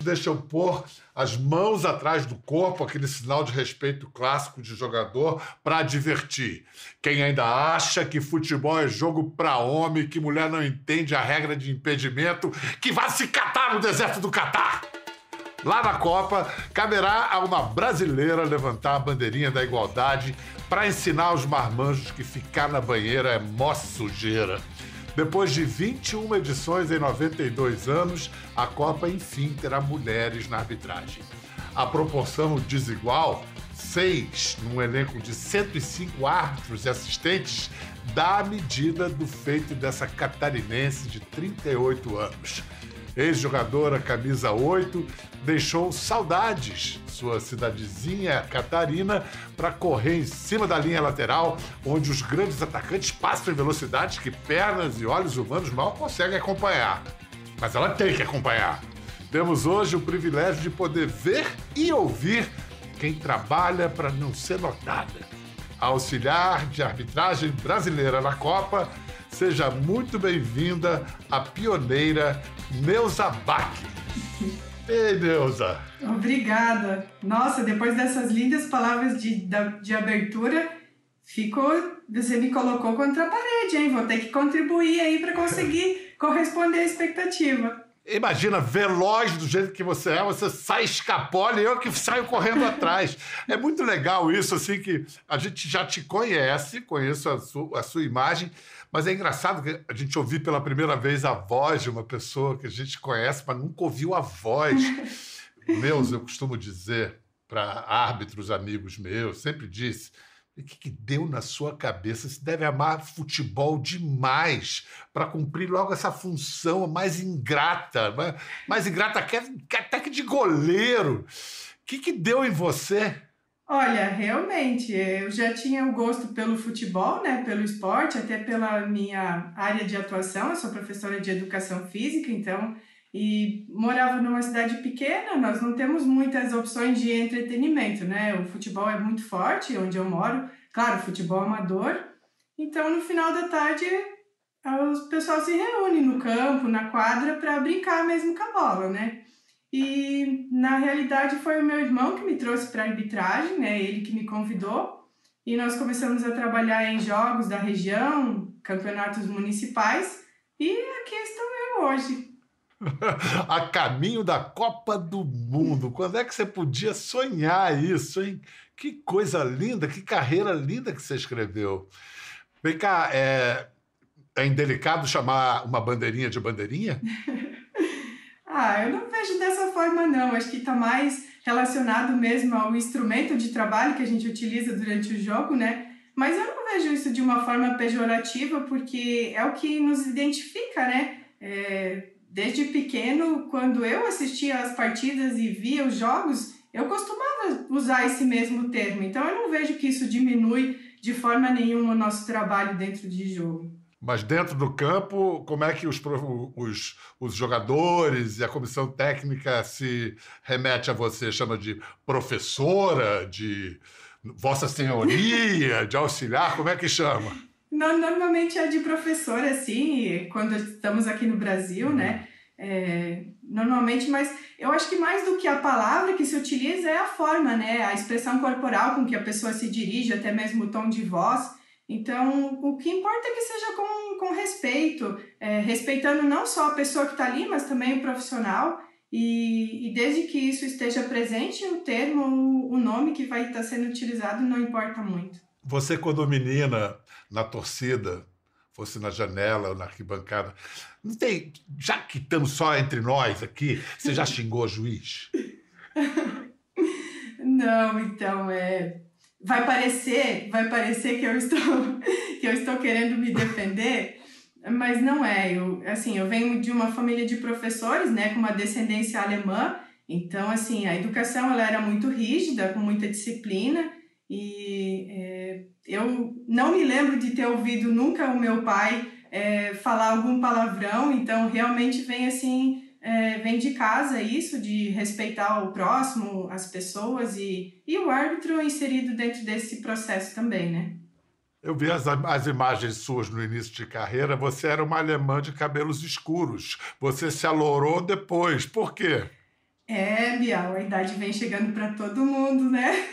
deixa eu pôr as mãos atrás do corpo, aquele sinal de respeito clássico de jogador, para advertir. Quem ainda acha que futebol é jogo para homem, que mulher não entende a regra de impedimento, que vá se catar no deserto do Catar! Lá na Copa, caberá a uma brasileira levantar a bandeirinha da igualdade para ensinar os marmanjos que ficar na banheira é mó sujeira. Depois de 21 edições em 92 anos, a Copa, enfim, terá mulheres na arbitragem. A proporção desigual, 6 num elenco de 105 árbitros e assistentes, dá a medida do feito dessa catarinense de 38 anos. Ex-jogadora camisa 8, deixou saudades, sua cidadezinha Catarina, para correr em cima da linha lateral, onde os grandes atacantes passam em velocidades que pernas e olhos humanos mal conseguem acompanhar. Mas ela tem que acompanhar. Temos hoje o privilégio de poder ver e ouvir quem trabalha para não ser notada. A auxiliar de arbitragem brasileira na Copa, seja muito bem-vinda a pioneira Neuza Bach. Ei, Neuza! Obrigada. Nossa, depois dessas lindas palavras de abertura, você me colocou contra a parede, hein? Vou ter que contribuir aí para conseguir corresponder à expectativa. Imagina, veloz do jeito que você é, você sai escapola e eu que saio correndo atrás. É muito legal isso, assim, que a gente já te conhece, conheço a sua imagem, mas é engraçado que a gente ouvir pela primeira vez a voz de uma pessoa que a gente conhece, mas nunca ouviu a voz. Eu costumo dizer para árbitros amigos meus, sempre disse, o que deu na sua cabeça? Você deve amar futebol demais para cumprir logo essa função mais ingrata até que de goleiro. O que deu em você? Olha, realmente, eu já tinha o gosto pelo futebol, né, pelo esporte, até pela minha área de atuação. Eu sou professora de educação física, e morava numa cidade pequena, nós não temos muitas opções de entretenimento, né? O futebol é muito forte onde eu moro, claro, futebol amador. Então, no final da tarde, o pessoal se reúne no campo, na quadra, para brincar mesmo com a bola, né? E, na realidade, foi o meu irmão que me trouxe para a arbitragem, né? Ele que me convidou, e nós começamos a trabalhar em jogos da região, campeonatos municipais, e aqui estou eu hoje. A caminho da Copa do Mundo. Quando é que você podia sonhar isso, hein? Que coisa linda, que carreira linda que você escreveu. Vem cá, é indelicado chamar uma bandeirinha de bandeirinha? Eu não vejo dessa forma, não. Acho que está mais relacionado mesmo ao instrumento de trabalho que a gente utiliza durante o jogo, né? Mas eu não vejo isso de uma forma pejorativa, porque é o que nos identifica, né? Desde pequeno, quando eu assistia às partidas e via os jogos, eu costumava usar esse mesmo termo. Então, eu não vejo que isso diminui de forma nenhuma o nosso trabalho dentro de jogo. Mas dentro do campo, como é que os jogadores e a comissão técnica se remete a você? Chama de professora, de Vossa Senhoria, de auxiliar? Como é que chama? Normalmente é de professora, assim, quando estamos aqui no Brasil, né? Normalmente, mas eu acho que mais do que a palavra que se utiliza é a forma, né? A expressão corporal com que a pessoa se dirige, até mesmo o tom de voz. Então, o que importa é que seja com respeito, respeitando não só a pessoa que está ali, mas também o profissional. E desde que isso esteja presente, o termo, o nome que vai estar sendo utilizado não importa muito. Você, quando menina, na torcida, fosse na janela ou na arquibancada, não tem, já que estamos só entre nós aqui, você já xingou o juiz? Não, então, vai parecer que eu estou querendo me defender, mas não é. Eu venho de uma família de professores, né, com uma descendência alemã, então, assim, a educação ela era muito rígida, com muita disciplina, e eu não me lembro de ter ouvido nunca o meu pai falar algum palavrão, então realmente vem de casa isso, de respeitar o próximo, as pessoas e o árbitro inserido dentro desse processo também, né? Eu vi as imagens suas no início de carreira, você era uma alemã de cabelos escuros, você se alourou depois, por quê? Bial, a idade vem chegando para todo mundo, né?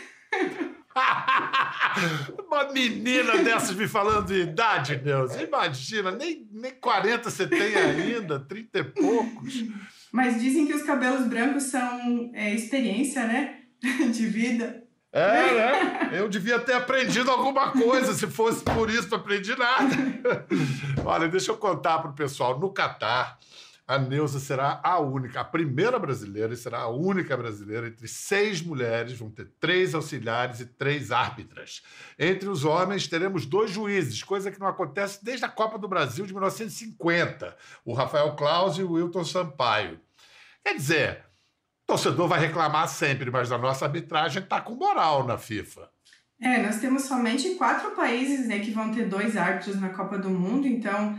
Uma menina dessas me falando de idade, Deus. Imagina, nem 40 você tem ainda, 30 e poucos. Mas dizem que os cabelos brancos são experiência, né? De vida. Né? Eu devia ter aprendido alguma coisa, se fosse por isso, não aprendi nada. Olha, deixa eu contar para o pessoal. No Catar, a Neuza será a única, a primeira brasileira, e será a única brasileira entre 6 mulheres, vão ter 3 auxiliares e 3 árbitras. Entre os homens, teremos 2 juízes, coisa que não acontece desde a Copa do Brasil de 1950, o Rafael Claus e o Wilton Sampaio. Quer dizer, o torcedor vai reclamar sempre, mas a nossa arbitragem está com moral na FIFA. Nós temos somente 4 países, né, que vão ter 2 árbitros na Copa do Mundo, então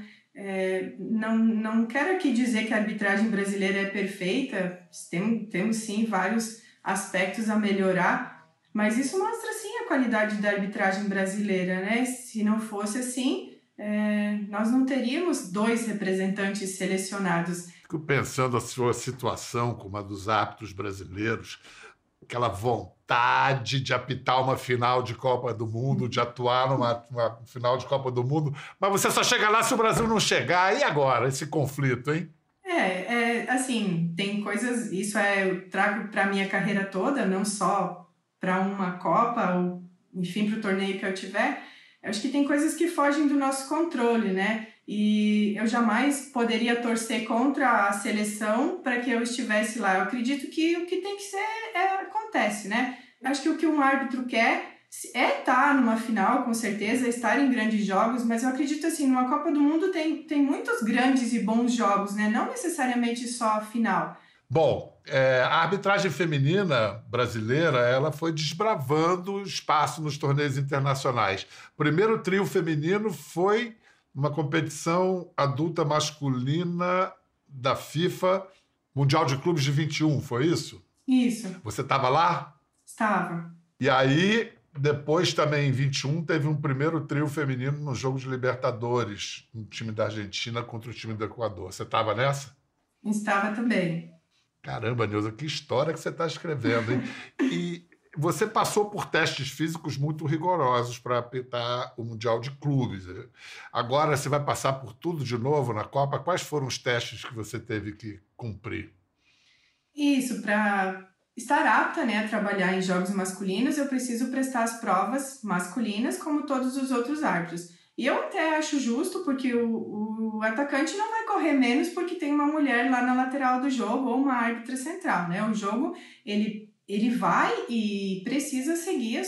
não quero aqui dizer que a arbitragem brasileira é perfeita, temos sim vários aspectos a melhorar, mas isso mostra sim a qualidade da arbitragem brasileira, né? Se não fosse assim, nós não teríamos 2 representantes selecionados. Fico pensando a sua situação como a dos árbitros brasileiros, aquela vontade de apitar uma final de Copa do Mundo, de atuar numa final de Copa do Mundo, mas você só chega lá se o Brasil não chegar. E agora, esse conflito, hein? Assim, tem coisas, isso eu trago para a minha carreira toda, não só para uma Copa, ou enfim, para o torneio que eu tiver. Eu acho que tem coisas que fogem do nosso controle, né? E eu jamais poderia torcer contra a seleção para que eu estivesse lá. Eu acredito que o que tem que ser acontece, né? Eu acho que o que um árbitro quer é estar numa final, com certeza, estar em grandes jogos, mas eu acredito assim, numa Copa do Mundo tem muitos grandes e bons jogos, né? Não necessariamente só a final. Bom, a arbitragem feminina brasileira, ela foi desbravando espaço nos torneios internacionais. O primeiro trio feminino foi uma competição adulta masculina da FIFA, Mundial de Clubes de 21, foi isso? Isso. Você estava lá? Estava. E aí, depois também em 21, teve um primeiro trio feminino no jogo de Libertadores, um time da Argentina contra o time do Equador. Você estava nessa? Estava também. Caramba, Neuza, que história que você está escrevendo, hein? E você passou por testes físicos muito rigorosos para apitar o Mundial de Clubes. Agora você vai passar por tudo de novo na Copa. Quais foram os testes que você teve que cumprir? Isso, para estar apta, né, a trabalhar em jogos masculinos, eu preciso prestar as provas masculinas como todos os outros árbitros. E eu até acho justo, porque o atacante não vai correr menos porque tem uma mulher lá na lateral do jogo ou uma árbitra central, né? O jogo, ele vai e precisa seguir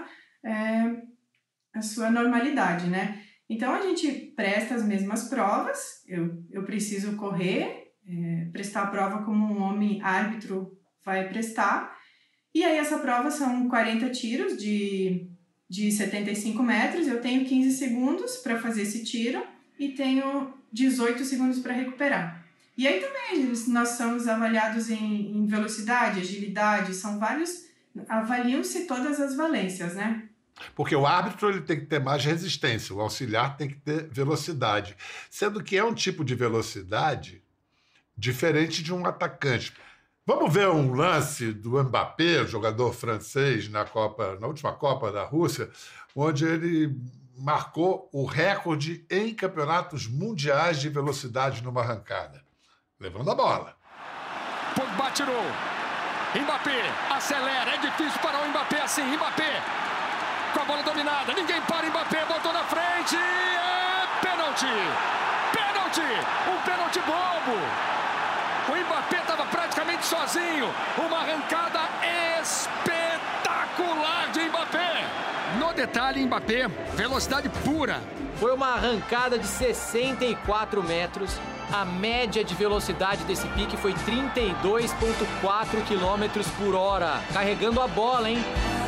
a sua normalidade, né? Então, a gente presta as mesmas provas, eu preciso correr, prestar a prova como um homem árbitro vai prestar, e aí essa prova são 40 tiros de 75 metros, eu tenho 15 segundos para fazer esse tiro e tenho 18 segundos para recuperar. E aí também nós somos avaliados em velocidade, agilidade, são vários, avaliam-se todas as valências, né? Porque o árbitro ele tem que ter mais resistência, o auxiliar tem que ter velocidade, sendo que é um tipo de velocidade diferente de um atacante. Vamos ver um lance do Mbappé, jogador francês, na última Copa da Rússia, onde ele marcou o recorde em campeonatos mundiais de velocidade numa arrancada. Levando a bola. Pogba tirou. Mbappé acelera. É difícil parar o Mbappé assim. Mbappé com a bola dominada. Ninguém para. Mbappé botou na frente. É pênalti. Pênalti. Um pênalti bobo. O Mbappé estava praticamente sozinho. Uma arrancada espetacular de Mbappé. No detalhe, Mbappé, velocidade pura. Foi uma arrancada de 64 metros. A média de velocidade desse pique foi 32,4 km por hora. Carregando a bola, hein?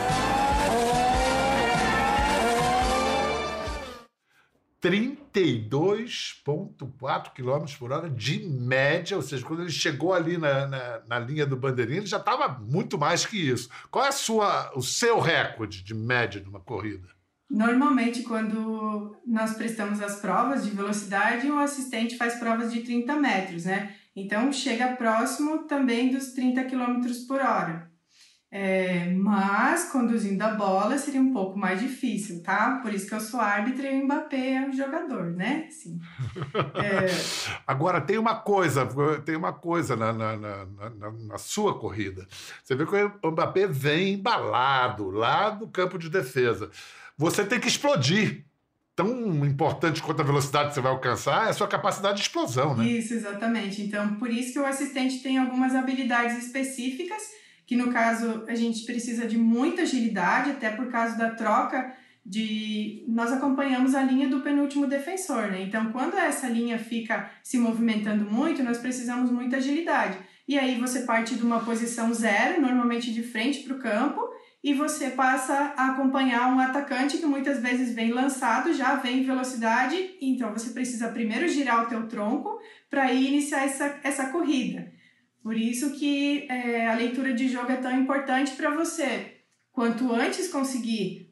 32,4 km por hora de média, ou seja, quando ele chegou ali na linha do bandeirinha, ele já estava muito mais que isso. Qual é o seu recorde de média de uma corrida? Normalmente, quando nós prestamos as provas de velocidade, o assistente faz provas de 30 metros, né? Então, chega próximo também dos 30 km por hora. Mas, conduzindo a bola seria um pouco mais difícil, tá? Por isso que eu sou árbitra e o Mbappé é o jogador, né? Sim. Agora, tem uma coisa na sua corrida. Você vê que o Mbappé vem embalado lá do campo de defesa. Você tem que explodir. Tão importante quanto a velocidade que você vai alcançar é a sua capacidade de explosão, né? Isso, exatamente. Então, por isso que o assistente tem algumas habilidades específicas, que no caso a gente precisa de muita agilidade, até por causa da troca nós acompanhamos a linha do penúltimo defensor, né? Então, quando essa linha fica se movimentando muito, nós precisamos muita agilidade. E aí você parte de uma posição 0, normalmente de frente para o campo, e você passa a acompanhar um atacante que muitas vezes vem lançado, já vem em velocidade, então você precisa primeiro girar o teu tronco para iniciar essa corrida. Por isso que a leitura de jogo é tão importante para você. Quanto antes conseguir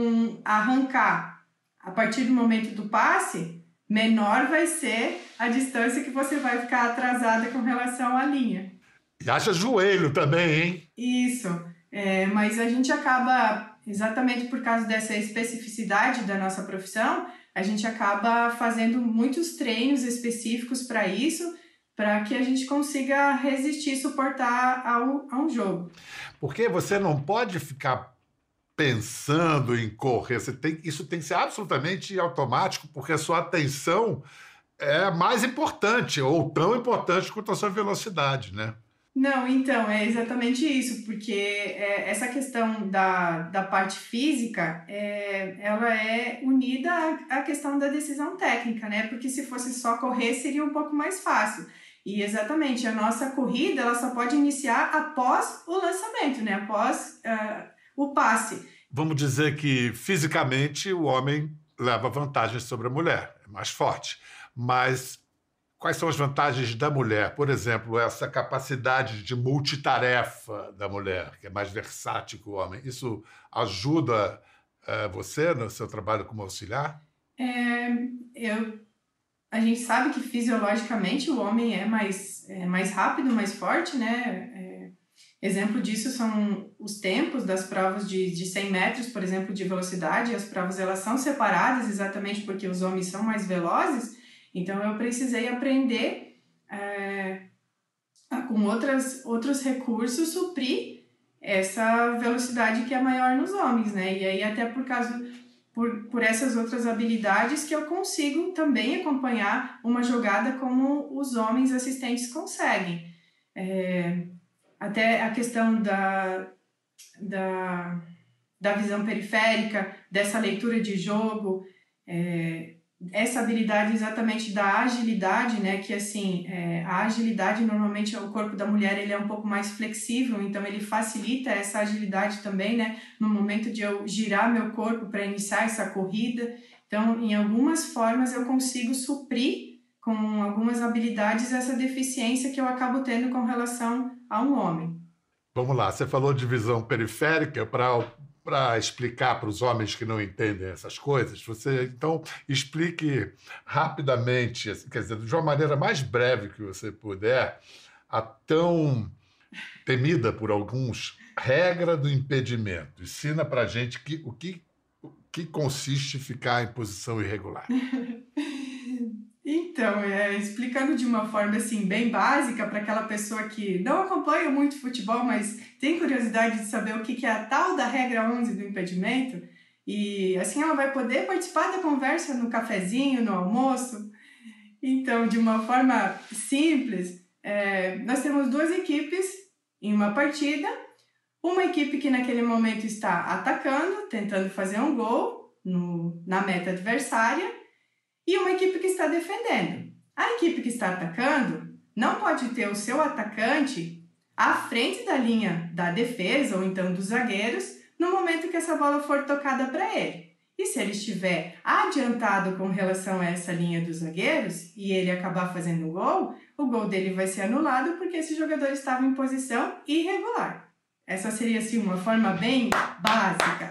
arrancar a partir do momento do passe, menor vai ser a distância que você vai ficar atrasada com relação à linha. E haja joelho também, hein? Isso. Mas a gente acaba, exatamente por causa dessa especificidade da nossa profissão, a gente acaba fazendo muitos treinos específicos para isso, para que a gente consiga resistir, suportar a um jogo. Porque você não pode ficar pensando em correr, isso tem que ser absolutamente automático, porque a sua atenção é mais importante, ou tão importante quanto a sua velocidade, né? Não, então, é exatamente isso, porque essa questão da parte física, ela é unida à questão da decisão técnica, né? Porque se fosse só correr, seria um pouco mais fácil. E exatamente, a nossa corrida, ela só pode iniciar após o lançamento, né? Após o passe. Vamos dizer que, fisicamente, o homem leva vantagem sobre a mulher, é mais forte. Mas quais são as vantagens da mulher? Por exemplo, essa capacidade de multitarefa da mulher, que é mais versátil que o homem. Isso ajuda você no seu trabalho como auxiliar? A gente sabe que fisiologicamente o homem é mais rápido, mais forte, né? Exemplo disso são os tempos das provas de 100 metros, por exemplo, de velocidade. As provas elas são separadas exatamente porque os homens são mais velozes. Então, eu precisei aprender com outros recursos, suprir essa velocidade que é maior nos homens, né? E aí, até por essas outras habilidades que eu consigo também acompanhar uma jogada como os homens assistentes conseguem. Até a questão da visão periférica, dessa leitura de jogo, essa habilidade exatamente da agilidade, né, que assim, a agilidade normalmente o corpo da mulher ele é um pouco mais flexível, então ele facilita essa agilidade também, né, no momento de eu girar meu corpo para iniciar essa corrida. Então, em algumas formas eu consigo suprir com algumas habilidades essa deficiência que eu acabo tendo com relação a um homem. Vamos lá, você falou de visão periférica para explicar para os homens que não entendem essas coisas, você, então, explique rapidamente, quer dizer, de uma maneira mais breve que você puder, a tão temida por alguns regra do impedimento. Ensina para a gente o que consiste ficar em posição irregular. Então, explicando de uma forma assim, bem básica para aquela pessoa que não acompanha muito futebol, mas tem curiosidade de saber o que é a tal da regra 11 do impedimento, e assim ela vai poder participar da conversa no cafezinho, no almoço. Então, de uma forma simples, nós temos duas equipes em uma partida, uma equipe que naquele momento está atacando, tentando fazer um gol na meta adversária, e uma equipe que está defendendo. A equipe que está atacando não pode ter o seu atacante à frente da linha da defesa ou então dos zagueiros no momento que essa bola for tocada para ele. E se ele estiver adiantado com relação a essa linha dos zagueiros e ele acabar fazendo o gol dele vai ser anulado porque esse jogador estava em posição irregular. Essa seria assim uma forma bem básica.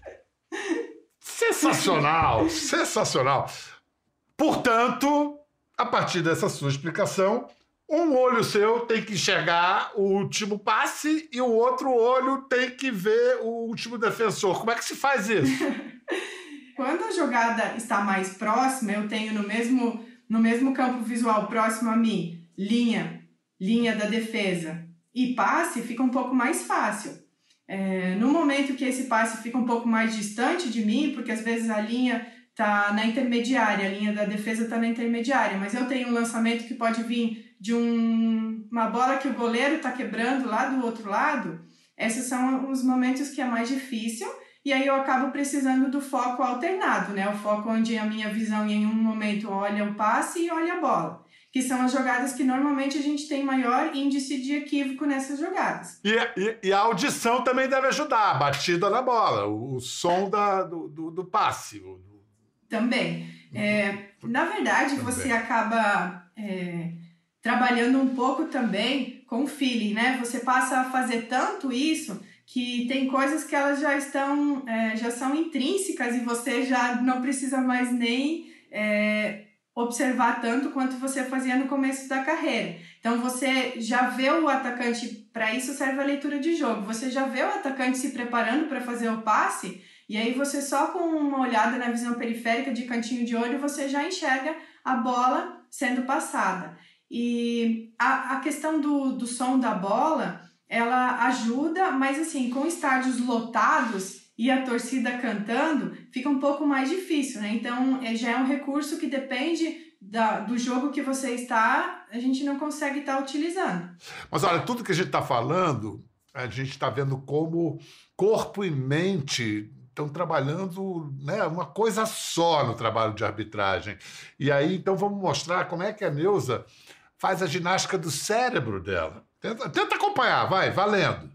Sensacional, sensacional. Portanto, A partir dessa sua explicação, um olho seu tem que enxergar o último passe e o outro olho tem que ver o último defensor. Como é que se faz isso? Quando a jogada está mais próxima, eu tenho no mesmo campo visual próximo a mim, linha da defesa e passe, fica um pouco mais fácil. No momento que esse passe fica um pouco mais distante de mim, porque às vezes a linha está na intermediária, a linha da defesa está na intermediária, mas eu tenho um lançamento que pode vir de uma bola que o goleiro está quebrando lá do outro lado. Esses são os momentos que é mais difícil, e aí eu acabo precisando do foco alternado, né? O foco onde a minha visão em um momento olha o passe e olha a bola, que são as jogadas que normalmente a gente tem maior índice de equívoco nessas jogadas. E a audição também deve ajudar, a batida na bola, o som do passe. Também. Na verdade, você acaba trabalhando um pouco também com o feeling, né? Você passa a fazer tanto isso que tem coisas que elas já são intrínsecas e você já não precisa mais nem observar tanto quanto você fazia no começo da carreira. Então você já vê o atacante, para isso serve a leitura de jogo, você já vê o atacante se preparando para fazer o passe e aí você só com uma olhada na visão periférica de cantinho de olho você já enxerga a bola sendo passada. E a questão do som da bola, ela ajuda, mas assim, com estádios lotados e a torcida cantando, fica um pouco mais difícil, né? Então, já é um recurso que depende do jogo que você está, a gente não consegue estar utilizando. Mas olha, tudo que a gente está falando, a gente está vendo como corpo e mente estão trabalhando, né, uma coisa só no trabalho de arbitragem. E aí, então, vamos mostrar como é que a Neuza faz a ginástica do cérebro dela. Tenta acompanhar, vai, valendo.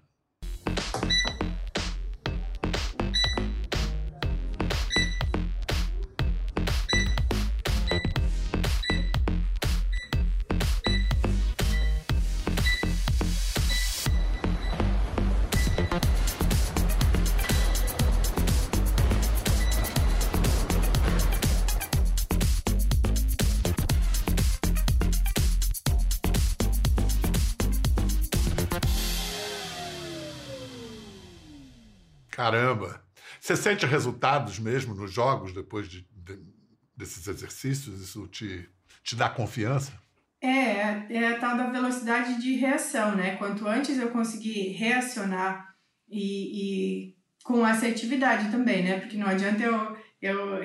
Caramba! Você sente resultados mesmo nos jogos depois desses exercícios? Isso te dá confiança? É a tal da velocidade de reação, né? Quanto antes eu conseguir reacionar e com assertividade também, né? Porque não adianta eu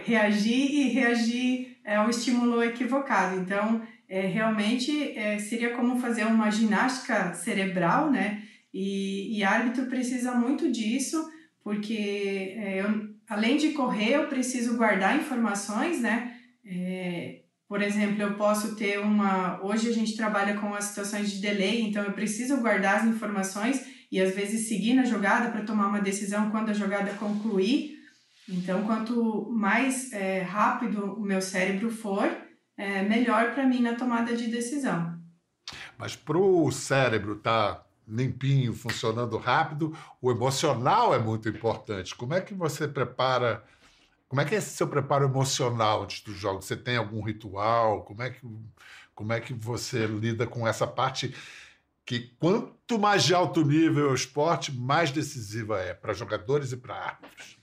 reagir ao estímulo equivocado. Então, realmente seria como fazer uma ginástica cerebral, né? E árbitro precisa muito disso, porque além de correr, eu preciso guardar informações, né? Por exemplo, eu posso ter hoje a gente trabalha com as situações de delay, então eu preciso guardar as informações e às vezes seguir na jogada para tomar uma decisão quando a jogada concluir. Então, quanto mais rápido o meu cérebro for, melhor para mim na tomada de decisão. Mas para o cérebro estar limpinho, funcionando rápido, o emocional é muito importante. Como é que você prepara? Como é que é esse seu preparo emocional antes dos jogos? Você tem algum ritual? Como é que você lida com essa parte que, quanto mais de alto nível é o esporte, mais decisiva é para jogadores e para árbitros?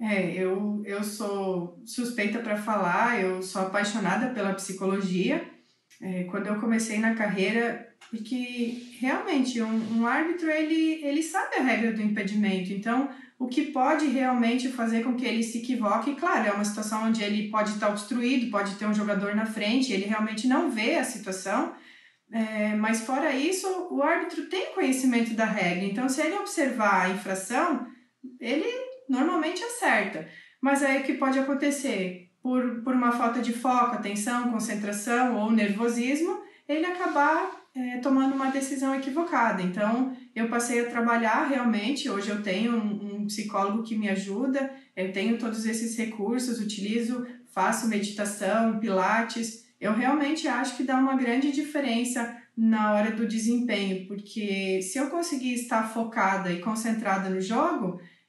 Eu sou suspeita para falar, eu sou apaixonada pela psicologia. Quando eu comecei na carreira, porque realmente um árbitro ele sabe a regra do impedimento, então o que pode realmente fazer com que ele se equivoque, claro, é uma situação onde ele pode estar obstruído, pode ter um jogador na frente, ele realmente não vê a situação, mas fora isso, o árbitro tem conhecimento da regra, então se ele observar a infração, ele normalmente acerta, mas aí o que pode acontecer? Por uma falta de foco, atenção, concentração ou nervosismo, ele acabar tomando uma decisão equivocada. Então, eu passei a trabalhar realmente, hoje eu tenho um psicólogo que me ajuda, eu tenho todos esses recursos, faço meditação, pilates. Eu realmente acho que dá uma grande diferença na hora do desempenho, porque se eu conseguir estar focada e concentrada no jogo,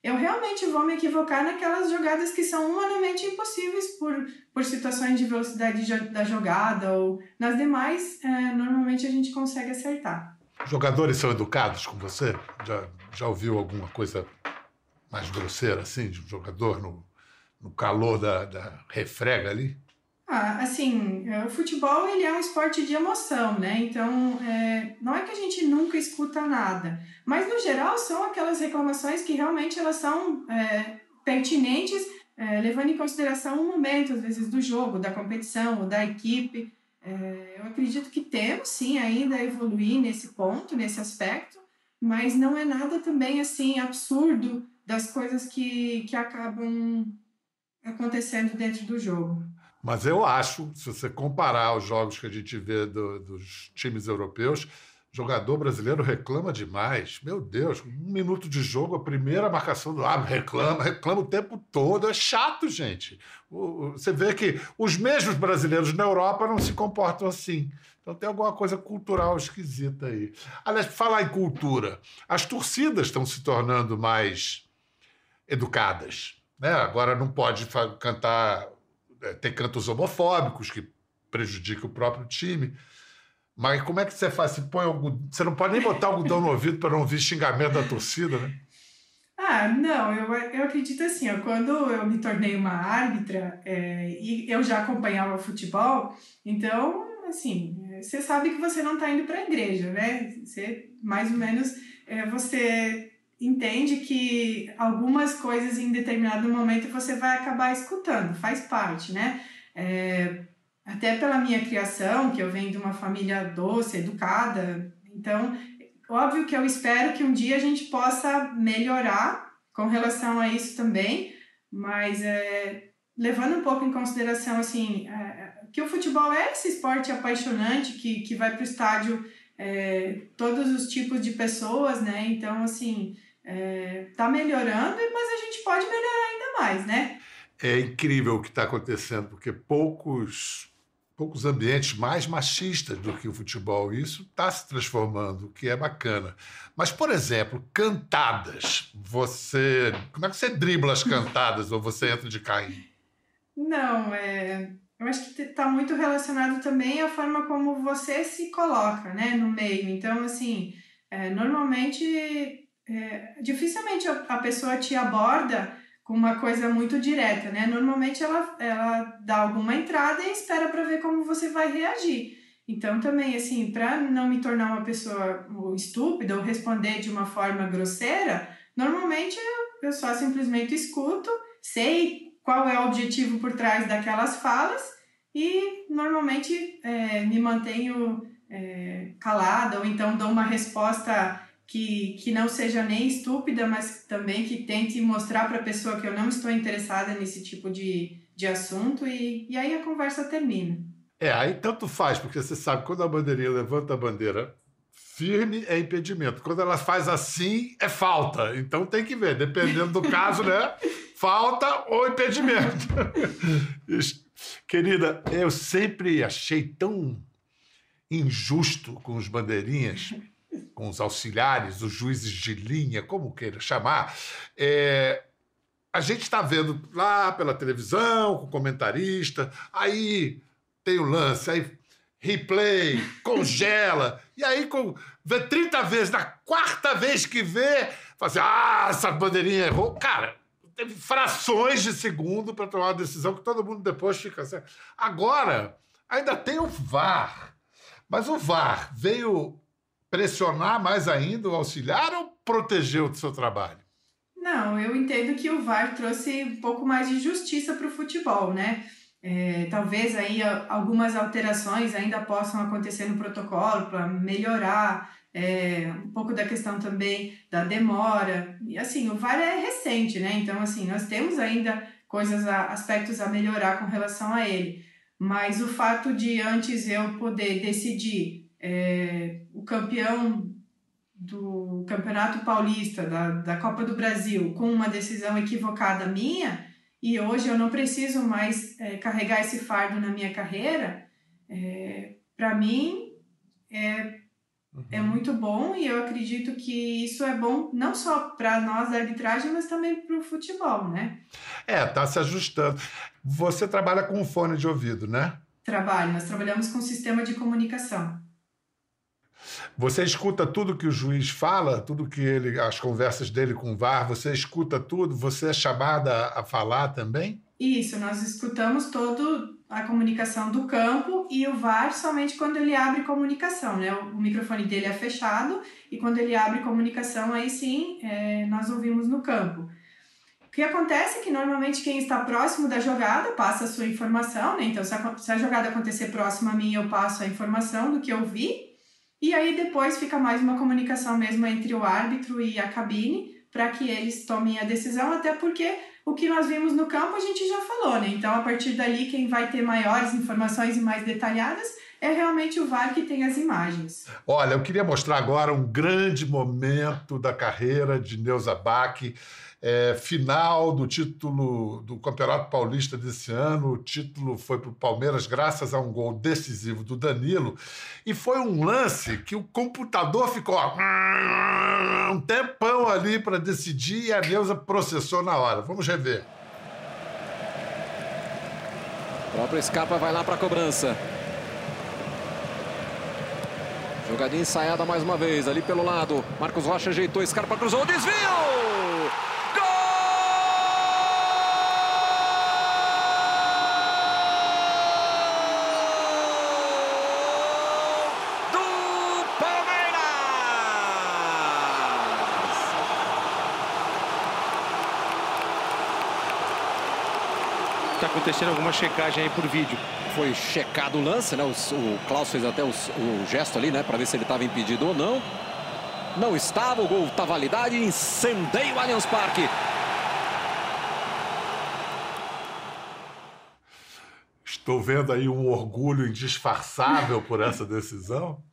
eu realmente vou me equivocar naquelas jogadas que são humanamente impossíveis por situações de velocidade da jogada, ou nas demais, normalmente a gente consegue acertar. Jogadores são educados com você? Já ouviu alguma coisa mais grosseira, assim, de um jogador no calor da refrega ali? Assim, o futebol ele é um esporte de emoção, né? Então, não é que a gente nunca escuta nada, mas no geral são aquelas reclamações que realmente elas são pertinentes, levando em consideração o momento, às vezes, do jogo, da competição, ou da equipe. Eu acredito que temos, sim, ainda a evoluir nesse ponto, nesse aspecto, mas não é nada também, assim, absurdo das coisas que acabam acontecendo dentro do jogo. Mas eu acho, se você comparar os jogos que a gente vê dos times europeus, jogador brasileiro reclama demais. Meu Deus, 1 minuto de jogo, a primeira marcação do árbitro reclama o tempo todo. É chato, gente. Você vê que os mesmos brasileiros na Europa não se comportam assim. Então tem alguma coisa cultural esquisita aí. Aliás, por falar em cultura, as torcidas estão se tornando mais educadas, né? Agora não pode cantar... Tem cantos homofóbicos que prejudicam o próprio time. Mas como é que você faz? Você não pode nem botar algodão no ouvido para não ouvir xingamento da torcida, né? Não, eu acredito assim, quando eu me tornei uma árbitra e eu já acompanhava futebol, então, assim, você sabe que você não está indo para a igreja, né? Você, mais ou menos, você entende que algumas coisas em determinado momento você vai acabar escutando, faz parte, né? Até pela minha criação, que eu venho de uma família doce, educada, então, óbvio que eu espero que um dia a gente possa melhorar com relação a isso também, mas levando um pouco em consideração, assim, que o futebol é esse esporte apaixonante que vai para o estádio todos os tipos de pessoas, né? Então, assim, tá melhorando, mas a gente pode melhorar ainda mais, né? É incrível o que está acontecendo, porque poucos ambientes mais machistas do que o futebol. Isso está se transformando, o que é bacana. Mas, por exemplo, cantadas. Como é que você dribla as cantadas ou você entra de carrinho? Não, eu acho que está muito relacionado também à forma como você se coloca, né, no meio. Então, assim, normalmente, dificilmente a pessoa te aborda com uma coisa muito direta, né? Normalmente ela dá alguma entrada e espera para ver como você vai reagir. Então também, assim, para não me tornar uma pessoa estúpida ou responder de uma forma grosseira, normalmente eu só simplesmente escuto, sei qual é o objetivo por trás daquelas falas e normalmente me mantenho calada ou então dou uma resposta que não seja nem estúpida, mas também que tente mostrar para a pessoa que eu não estou interessada nesse tipo de assunto e aí a conversa termina. Aí tanto faz, porque você sabe, quando a bandeirinha levanta a bandeira firme é impedimento. Quando ela faz assim, é falta. Então tem que ver, dependendo do caso, né? Falta ou impedimento. Querida, eu sempre achei tão injusto com os bandeirinhas, com os auxiliares, os juízes de linha, como queira chamar. A gente está vendo lá pela televisão, com o comentarista, aí tem o lance, aí replay, congela, e aí vê 30 vezes, na 4ª vez que vê, fala assim, essa bandeirinha errou. Cara, teve frações de segundo para tomar uma decisão que todo mundo depois fica assim. Agora, ainda tem o VAR, mas o VAR veio pressionar mais ainda o auxiliar ou proteger o seu trabalho? Não, eu entendo que o VAR trouxe um pouco mais de justiça para o futebol, né? Talvez aí algumas alterações ainda possam acontecer no protocolo para melhorar um pouco da questão também da demora. E assim, o VAR é recente, né? Então, assim, nós temos ainda aspectos a melhorar com relação a ele. Mas o fato de antes eu poder decidir o campeão do Campeonato Paulista, da Copa do Brasil, com uma decisão equivocada minha, e hoje eu não preciso mais carregar esse fardo na minha carreira, para mim é muito bom, e eu acredito que isso é bom não só para nós da arbitragem, mas também para o futebol, né? Tá se ajustando. Você trabalha com fone de ouvido, né? Nós trabalhamos com sistema de comunicação. Você escuta tudo que o juiz fala, as conversas dele com o VAR, você escuta tudo? Você é chamada a falar também? Isso, nós escutamos toda a comunicação do campo e o VAR somente quando ele abre comunicação, né? O microfone dele é fechado e quando ele abre comunicação, aí sim, nós ouvimos no campo. O que acontece é que normalmente quem está próximo da jogada passa a sua informação, né? Então, se a jogada acontecer próxima a mim, eu passo a informação do que eu vi, e aí depois fica mais uma comunicação mesmo entre o árbitro e a cabine para que eles tomem a decisão, até porque o que nós vimos no campo a gente já falou, né? Então, a partir dali, quem vai ter maiores informações e mais detalhadas é realmente o VAR que tem as imagens. Olha, eu queria mostrar agora um grande momento da carreira de Neuza Bach, final do título do Campeonato Paulista desse ano. O título foi para o Palmeiras graças a um gol decisivo do Danilo, e foi um lance que o computador ficou um tempão ali para decidir e a Neuza processou na hora. Vamos rever. O próprio Scarpa vai lá para a cobrança. Jogadinha ensaiada mais uma vez, ali pelo lado. Marcos Rocha ajeitou, Scarpa cruzou, desvio! Está acontecendo alguma checagem aí por vídeo. Foi checado o lance, né? O Klaus fez até o gesto ali, né? Para ver se ele estava impedido ou não. Não estava, o gol está validado e incendeia o Allianz Parque. Estou vendo aí um orgulho indisfarçável por essa decisão.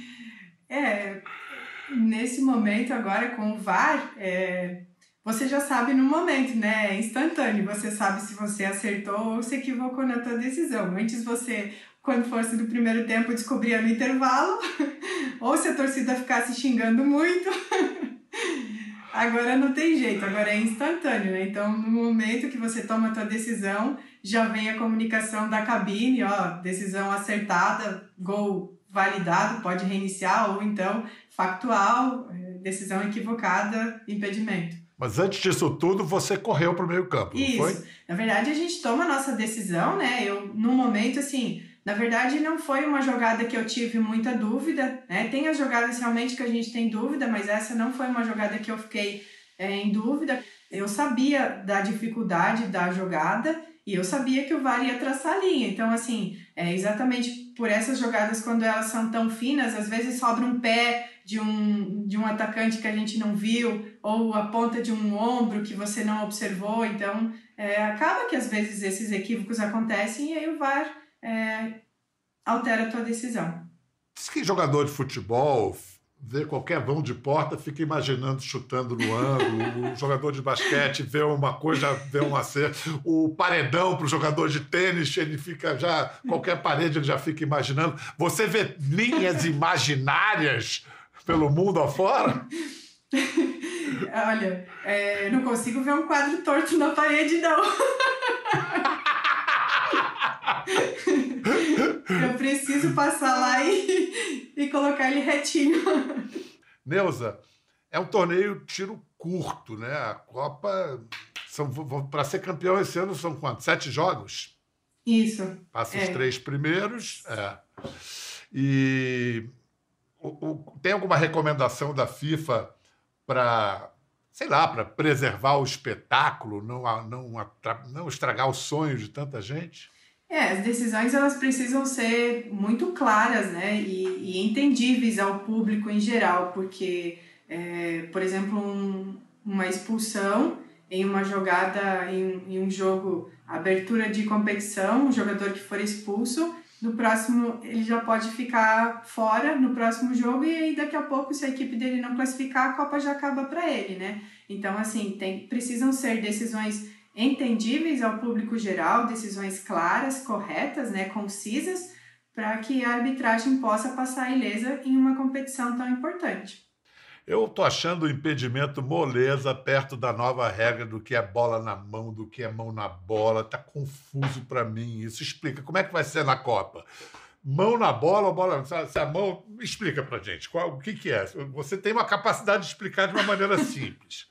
Nesse momento agora com o VAR, você já sabe no momento, né? É instantâneo. Você sabe se você acertou ou se equivocou na tua decisão. Antes você, quando fosse do primeiro tempo, descobria no intervalo, ou se a torcida ficasse xingando muito. Agora não tem jeito, agora é instantâneo, né? Então, no momento que você toma a tua decisão, já vem a comunicação da cabine, decisão acertada, gol validado, pode reiniciar, ou então factual, decisão equivocada, impedimento. Mas antes disso tudo, você correu para o meio campo, não foi? Isso. Na verdade, a gente toma a nossa decisão, né? No momento, assim, na verdade, não foi uma jogada que eu tive muita dúvida, né? Tem as jogadas realmente que a gente tem dúvida, mas essa não foi uma jogada que eu fiquei em dúvida. Eu sabia da dificuldade da jogada e eu sabia que o VAR ia traçar a linha. Então, assim, exatamente por essas jogadas, quando elas são tão finas, às vezes sobra um pé de um atacante que a gente não viu, ou a ponta de um ombro que você não observou. Então, acaba que às vezes esses equívocos acontecem e aí o VAR altera a tua decisão. Diz que jogador de futebol vê qualquer vão de porta, fica imaginando chutando no ângulo. O jogador de basquete vê uma coisa, vê um acerto. O paredão para o jogador de tênis, ele fica já... Qualquer parede ele já fica imaginando. Você vê linhas imaginárias pelo mundo afora? Olha, não consigo ver um quadro torto na parede, não. Eu preciso passar lá e colocar ele retinho. Neuza, é um torneio tiro curto, né? A Copa, para ser campeão esse ano, são quantos? 7 jogos? Isso. Passa os 3 primeiros. E tem alguma recomendação da FIFA para, sei lá, para preservar o espetáculo, não estragar o sonho de tanta gente? As decisões elas precisam ser muito claras, né, e entendíveis ao público em geral, porque, por exemplo, uma expulsão em uma jogada, em um jogo, abertura de competição, um jogador que for expulso, no próximo ele já pode ficar fora no próximo jogo e aí daqui a pouco, se a equipe dele não classificar, a Copa já acaba para ele, né? Então, assim, precisam ser decisões entendíveis ao público geral, decisões claras, corretas, né, concisas, para que a arbitragem possa passar ilesa em uma competição tão importante. Eu estou achando o impedimento moleza perto da nova regra do que é bola na mão, do que é mão na bola. Está confuso para mim isso. Explica, como é que vai ser na Copa? Mão na bola ou bola... Se a mão... Explica para gente, o que é? Você tem uma capacidade de explicar de uma maneira simples.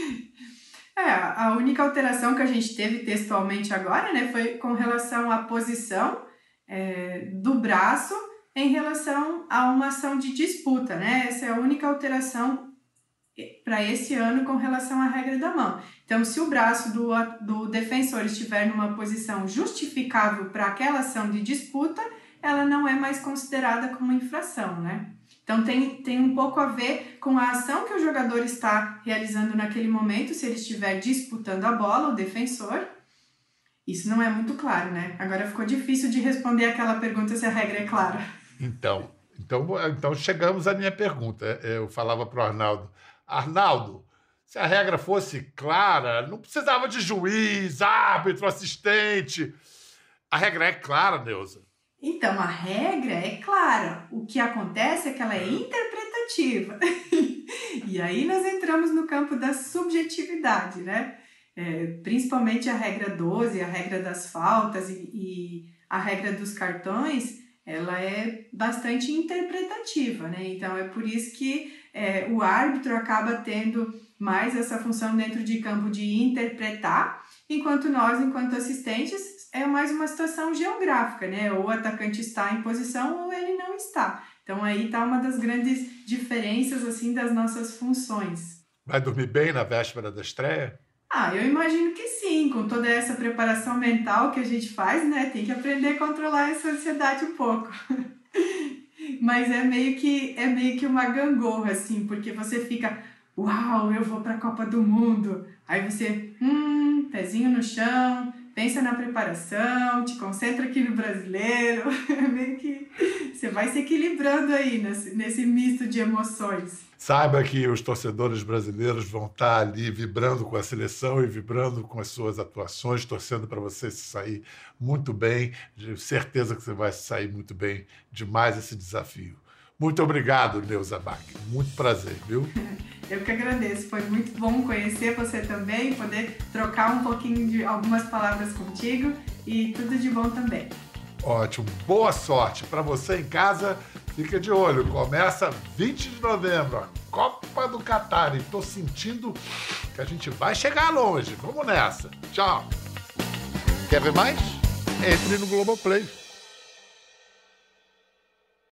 A única alteração que a gente teve textualmente agora, né, foi com relação à posição do braço em relação a uma ação de disputa, né? Essa é a única alteração para esse ano com relação à regra da mão. Então, se o braço do defensor estiver numa posição justificável para aquela ação de disputa, ela não é mais considerada como infração, né? Então, tem um pouco a ver com a ação que o jogador está realizando naquele momento, se ele estiver disputando a bola, o defensor. Isso não é muito claro, né? Agora ficou difícil de responder aquela pergunta se a regra é clara. Então chegamos à minha pergunta. Eu falava para o Arnaldo, Arnaldo, se a regra fosse clara, não precisava de juiz, árbitro, assistente. A regra é clara, Neuza? Então, a regra é clara. O que acontece é que ela é interpretativa. E aí nós entramos no campo da subjetividade, né? Principalmente a regra 12, a regra das faltas e a regra dos cartões, ela é bastante interpretativa, né? Então, é por isso que o árbitro acaba tendo mais essa função dentro de campo de interpretar, enquanto nós, enquanto assistentes, é mais uma situação geográfica, né? Ou o atacante está em posição ou ele não está. Então, aí está uma das grandes diferenças, assim, das nossas funções. Vai dormir bem na véspera da estreia? Eu imagino que sim, com toda essa preparação mental que a gente faz, né? Tem que aprender a controlar essa ansiedade um pouco. Mas é meio que uma gangorra, assim, porque você fica, uau, eu vou para a Copa do Mundo. Aí você, pezinho no chão, pensa na preparação, te concentra aqui no brasileiro. Meio que você vai se equilibrando aí nesse misto de emoções. Saiba que os torcedores brasileiros vão estar ali vibrando com a seleção e vibrando com as suas atuações, torcendo para você se sair muito bem. De certeza que você vai se sair muito bem de mais esse desafio. Muito obrigado, Neuza Bach. Muito prazer, viu? Eu que agradeço. Foi muito bom conhecer você também, poder trocar um pouquinho de algumas palavras contigo e tudo de bom também. Ótimo. Boa sorte. Para você em casa, fica de olho. Começa 20 de novembro, a Copa do Catar. E estou sentindo que a gente vai chegar longe. Vamos nessa. Tchau. Quer ver mais? Entre no Globoplay.